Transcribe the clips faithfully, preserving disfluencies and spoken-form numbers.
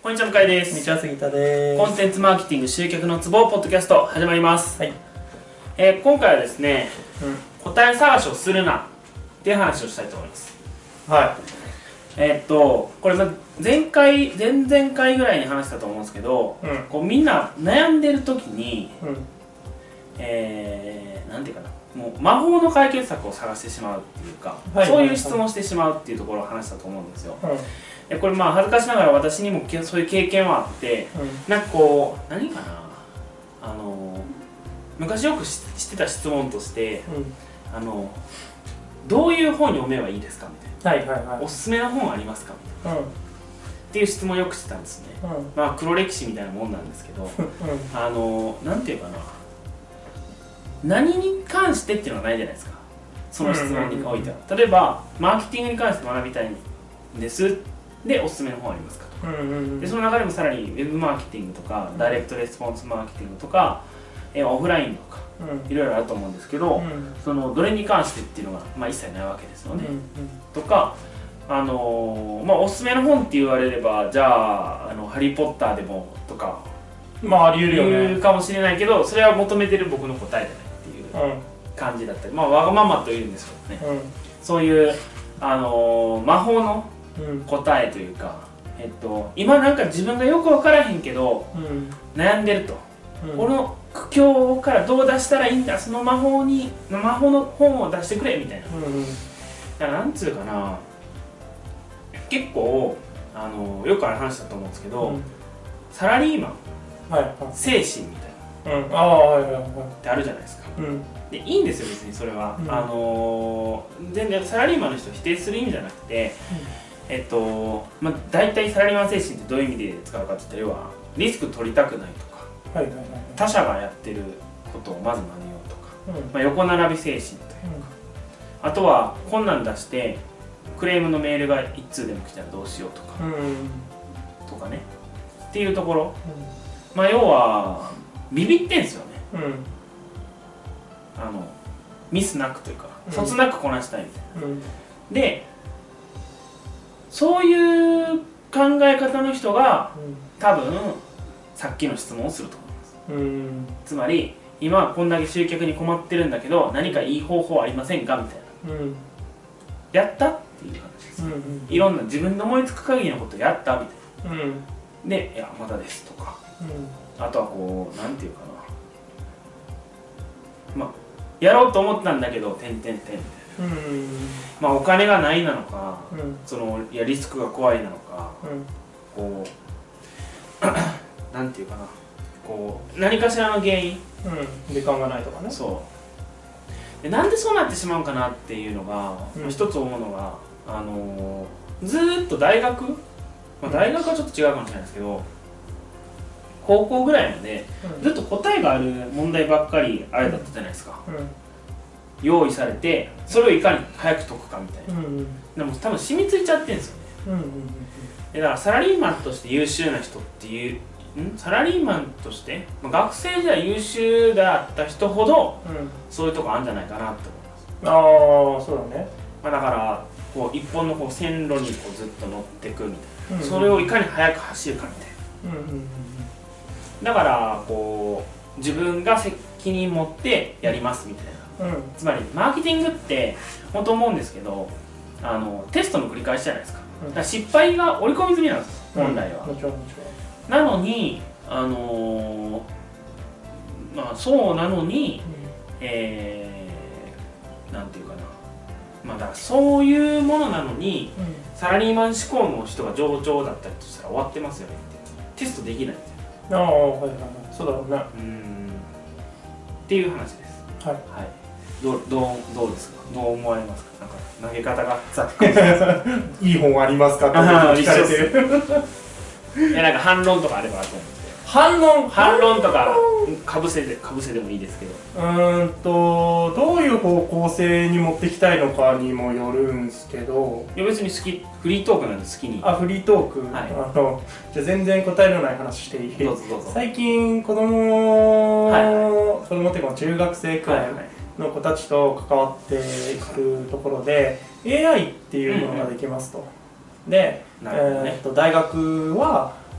こんにちは、向井です。 こんにちは、杉田です。 コンテンツマーケティング集客のツボポッドキャスト始まります。 はい。 えー、今回はですね、 うん、 答え探しをするなっていう話をしたいと思います。 はい。 えー、っとこれ前回前々回ぐらいに話したと思うんですけど、 うん、 こうみんな悩んでる時に、 うん、 えー、なんていうかな、もう魔法の解決策を探してしまうっていうか、 はい、 そういう質問をしてしまうっていうところを話したと思うんですよ。 うん、 でこれまあ恥ずかしながら私にもそういう経験はあって、 うん、 なんかこう何かな、あの昔よく知ってた質問として、うん、あのどういう本読めばいいですかみたいな、はいはいはい、おすすめの本ありますかみたいな、うん、っていう質問をよくしてたんですね、うん、まあ黒歴史みたいなもんなんですけど、うん、あのなんていうかな、何に関してっていうのがないじゃないですか、その質問においては。例えばマーケティングに関して学びたいんですでおすすめの本ありますかと、うんうんうん、でその中でもさらにウェブマーケティングとか、うん、ダイレクトレスポンスマーケティングとか、えオフラインとか、うん、いろいろあると思うんですけど、うん、そのどれに関してっていうのが、まあ、一切ないわけですよね、うんうん、とか、あのーまあ、おすすめの本って言われれば、じゃあ、あのハリー・ポッターでもとか、 まああり得るよね、 言うかもしれないけど、それは求めてる僕の答えじゃないっていう感じだったり、まあ、わがままというんですけどね、うん、そういう、あのー、魔法の答えというか、えっと、今なんか自分がよく分からへんけど、うん、悩んでると、うん、この苦境からどう出したらいいんだ、その魔法に魔法の本を出してくれみたいな、うんうん、だからなんつうかな、結構あのよくある話だと思うんですけど、うん、サラリーマン、はいはい、精神みたいな、うん、ああはいはいはいってあるじゃないですか、うん、でいいんですよ別にそれは、うん、あの全然サラリーマンの人を否定する意味じゃなくて、うん、えっとまあ大体サラリーマン精神ってどういう意味で使うかって言ったら、要はリスク取りたくないとか、はいはいはい、他者がやってることをまず真似ようとか、うん、まあ、横並び精神というか、うん、あとはこんなん出してクレームのメールが一通でも来たらどうしようとか、うん、とかねっていうところ、うん、まあ要はビビってんすよね、うん、あのミスなくというか、うん、そつなくこなしたいみたいな、うん、でそういう考え方の人が、うん、多分さっきの質問をすると思います、うん、つまり今こんだけ集客に困ってるんだけど何かいい方法ありませんかみたいな、うん、やったっていう感じです、うんうん、いろんな自分の思いつく限りのことやったみたいな、うん、でいやまだですとか、うん、あとはこうなんていうかな、まあやろうと思ったんだけど点々点みたいな、うん、まあお金がないなのか、うん、そのいやリスクが怖いなのか、うん、こうなんていうかな、こう何かしらの原因、 うん、時間がないとかね、 そうでなんでそうなってしまうかなっていうのが、うん、一つ思うのが、あのー、ずーっと大学、まあ、大学はちょっと違うかもしれないですけど、高校ぐらいまでずっと答えがある問題ばっかりあれだったじゃないですか、うんうん、用意されてそれをいかに早く解くかみたいな、うんうん、でも多分染みついちゃってるんですよね、うんうんうん、だからサラリーマンとして優秀な人っていうんサラリーマンとして、まあ、学生時代優秀だった人ほど、うん、そういうとこあるんじゃないかなって思います。 ああそうだね、 まあ、だからこう一本のこう線路にこうずっと乗っていくみたいな、うんうん、それをいかに速く走るかみたいな、うんうんうん、だからこう自分が責任持ってやりますみたいな、うん、つまりマーケティングって本当思うんですけど、あのテストの繰り返しじゃないですか、うん、だから失敗が織り込み済みなんです、うん、本来は、もちろんもちろんなのに、あのー、まあそうなのに、うん、えー、なんていうかな、まあだからそういうものなのに、うん、サラリーマン志向の人が上長だったりとしたら終わってますよねって、テストできないみたいな。 ああはいはいはい、そうだろうね。 うんっていう話です。はい。はい。どうどうどうですか。どう思われますか。なんか投げ方がざっくり。 いい本ありますかって聞かれてる。 いやなんか反論とかあればと思って。 反論反論とかかぶせでかぶせでもいいですけど。 うーんとどういう方向性に持ってきたいのかにもよるんですけど。 いや別に好きフリートークなんで好きに。 あフリートーク。はい、あのじゃあ全然答えのない話していい？ どうぞどうぞ。 最近子供、はいはい、子供っていうか中学生くらいの子たちと関わっていくところで エーアイ っていうものができますと。うんうん、で、ね、えー、と大学は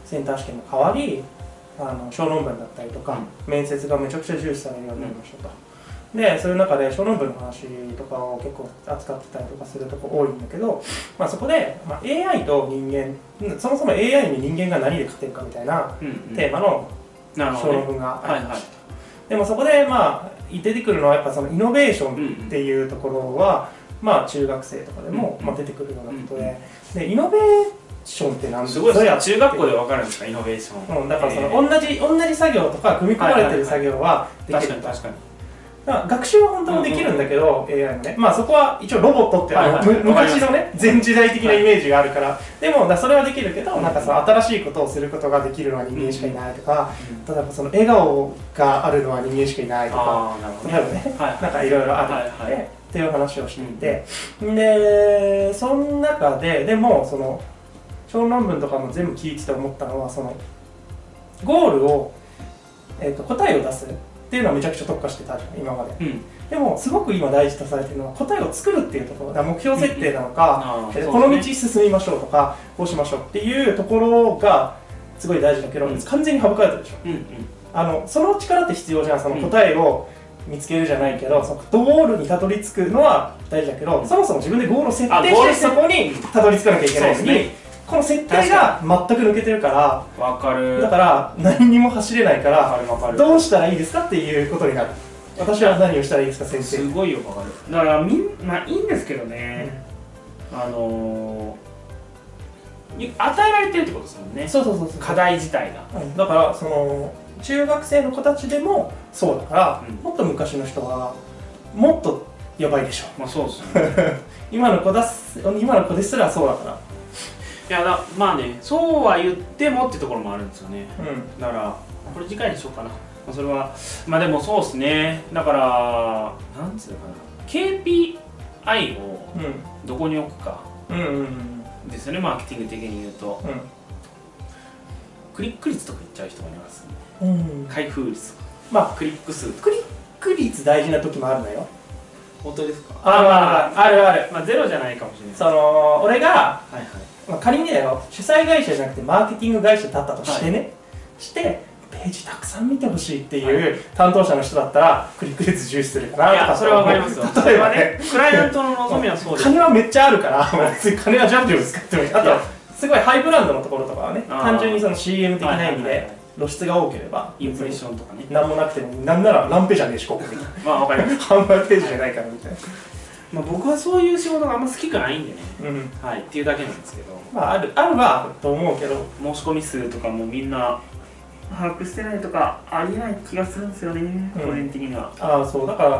センター試験も変わり、あの小論文だったりとか、うん、面接がめちゃくちゃ重視されるようになりましたと、うん、でそういう中で小論文の話とかを結構扱ってたりとかするとこ多いんだけど、まあ、そこで、まあ、エーアイ と人間、そもそも エーアイ に人間が何で勝てるかみたいなテーマの小論文がありましたと。でもそこで、まあ、出てくるのはやっぱそのイノベーションっていうところは、うん、まあ、中学生とかでも、まあ、出てくるようなことで、うん、でイノベーションって何すごいです。中学校で分かるんですか、イノベーション。 うん、だからその、えー、同じ同じ作業とか組み込まれてる作業はできる。 確かに確かに。 だから学習は本当もできるんだけど、うんうん、エーアイ もね、まあそこは一応ロボットって、はいはいはい、昔のね前時代的なイメージがあるから、はい、でもそれはできるけど、なんかその新しいことをすることができるのは人間しかいないとか、うん、例えばその笑顔があるのは人間しかいないとか、例えばね、はいはい、なんかいろいろあるって、はいはい、っていう話をしていて、うん、でその中ででもその小論文とかも全部聞いてて思ったのは、そのゴールを、えーと、答えを出すっていうのはめちゃくちゃ特化してたじゃん今まで、うん、でもすごく今大事とされてるのは答えを作るっていうところだ。目標設定なのか、うんうん、この道進みましょうとかこうしましょうっていうところがすごい大事だけど、うん、完全に省かれてるでしょ、うんうん、あのその力って必要じゃん。その答えを見つけるじゃないけど、そのゴールにたどり着くのは大事だけど、うん、そもそも自分でゴールを設定してそこにたどり着かなきゃいけないのに、この設定が全く抜けてるから、 わかる。 だから何にも走れないから、どうしたらいいですかっていうことになる。私は何をしたらいいですか先生。 すごいよくわかる。だからみんまあいいんですけどね、うん、あのー、与えられてるってことですもんね。 そうそうそうそう、 課題自体が、 うん、だからその中学生の子たちでもそうだから、うん、もっと昔の人はもっとやばいでしょ。 まあそうですよね今の子だす今の子ですらそうだから。 いやだまあね、そうは言ってもってところもあるんですよね、うん、だからこれ次回にしようかな、まあ、それはまあでもそうですね。だからなんつうのかな、 ケーピーアイ をどこに置くかですよね、マーケティング的に言うと、うん、クリック率とか言っちゃう人がいます、ね、うん、開封率とか、まあクリック数とか。 クリック率大事な時もあるのよ。 本当ですか？ あるあるあるある、 まあゼロじゃないかもしれない。 その俺が、はいはい、まあ、仮にだよ、主催会社じゃなくてマーケティング会社だったとしてね、はい、してページたくさん見てほしいっていう担当者の人だったらクリック率重視するかなとか。 いやそれはわかりますよ。例えばね、クライアントの望みはそうです。 金はめっちゃあるから別に金はジャンプを使ってもいい。あとすごいハイブランドのところとかはね、単純にその シーエム 的な意味で露出が多ければ、 インプレッションとかね、 なんもなくても、なんならランペじゃねえしここみたいな。 まあわかります。 販売ページじゃないからみたいな。 まあ僕はそういう仕事があんま好きくないんでね、うん、はい、っていうだけなんですけど、 まああるあるはあると思うけど、 申し込み数とかもみんな把握してないとかありえない気がするんですよね、個人的には。 ああそうだから、うん、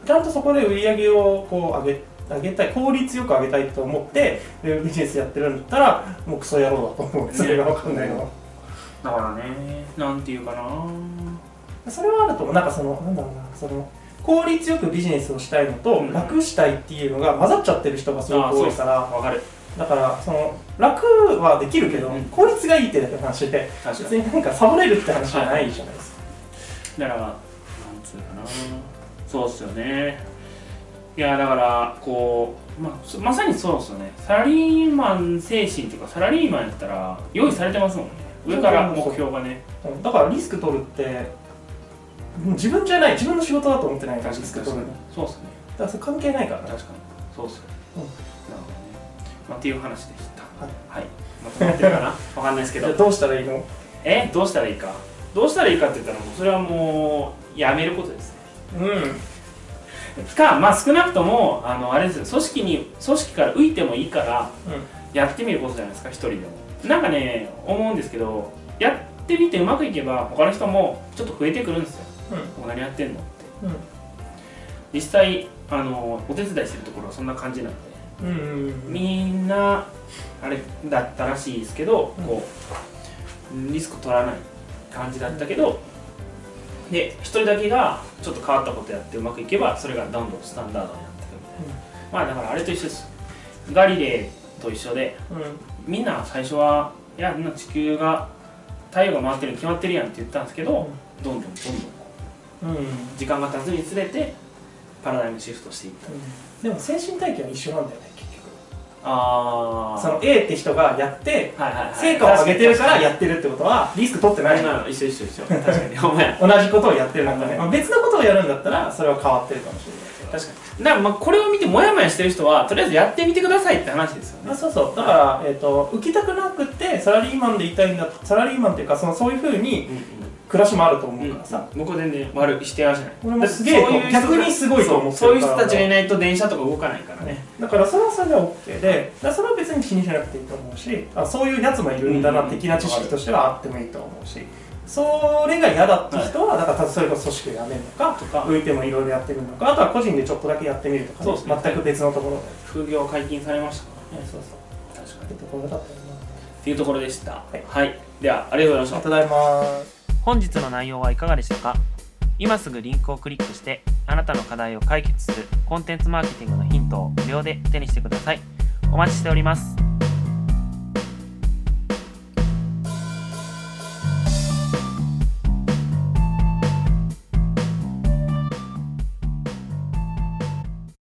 ちゃんとそこで売り上げをこう上げ上げたい、効率よく上げたいと思ってビジネスやってるんだったらもうクソ野郎だと思う。それが分かんないのは、 だからね、なんていうかな、 それはあると思う。なんかそのなんだろうな、その効率よくビジネスをしたいのと、うん、楽したいっていうのが混ざっちゃってる人がすごく多いから、 わかる。 だからその楽はできるけど、うん、効率がいいってだけの話で、別になんかサボれるって話じゃないじゃないですか。 だからなんつうかな、そうっすよね。いやだからこう、まあ、まさにそうっすよね。サラリーマン精神っていうか、サラリーマンやったら用意されてますもんね、上から目標がね。 だからリスク取るって自分じゃない、自分の仕事だと思ってないから、リスク取るの。 そうっすね。 だからそれ関係ないからね。 確かにそうっすよ、うん、なるほどね、まあ、っていう話でした。はい、はい、まとまってるかなわかんないですけど。 じゃあどうしたらいいの？ えどうしたらいいかどうしたらいいかって言ったら、もうそれはもうやめることですね。うんか、まあ少なくともあのあれですよ、組織に組織から浮いてもいいからやってみることじゃないですか、一人でも。なんかね思うんですけど、やってみてうまくいけば他の人もちょっと増えてくるんですよ、うん、何やってんのって、うん、実際あのお手伝いしてるところはそんな感じなんで、うんうんうん、みんなあれだったらしいですけど、うん、こうリスク取らない感じだったけど、で一人だけがちょっと変わったことやってうまくいけば、それがどんどんスタンダードになっていくみたいな、うん、まあだからあれと一緒です。ガリレーと一緒で、うん、みんな最初はいや地球が太陽が回ってるに決まってるやんって言ったんですけど、うん、どんどんどんどん、うん、時間が経つにつれてパラダイムシフトしていった、うん、 でも精神体系は一緒なんだよね結局。 あその A って人がやって、 はいはいはい、 成果を上げてるからやってるってことはリスク取ってない。 一緒一緒一緒。確かにお前同じことをやってるんだったらね、まあ、別のことをやるんだったらそれは変わってるかもしれない。 確かに。だからまあこれを見てモヤモヤしてる人はとりあえずやってみてくださいって話ですよね。 あ、そうそう。だから、はい、えーと浮きたくなくってサラリーマンでいたいんだ、サラリーマンっていうかそのそういうふうに、うんうん、暮らしもあると思うからさ、 うん、僕は全然悪いしてやらじゃない。 俺もすげえ逆にすごいと思ってるから。 そういう人たちがいないと電車とか動かないからね。 だからそれはそれで OK で、だそれは別に気にしなくていいと思うし、あそういうやつもいるんだな的な知識としてはあってもいいと思うし、それが嫌だって人は、はい、だからそれこそ組織を辞めるのかとか浮いてもいろいろやってみるのか、あとは個人でちょっとだけやってみるとか、ね、そう全く別のところで副業解禁されましたからね。 そうそう確かにってところだったよなっていうところでした。はい、 はい、 ではありがとうございました。 ありがとうございます。 本日の内容はいかがでしたか？今すぐリンクをクリックしてあなたの課題を解決するコンテンツマーケティングのヒントを無料で手にしてください。お待ちしております。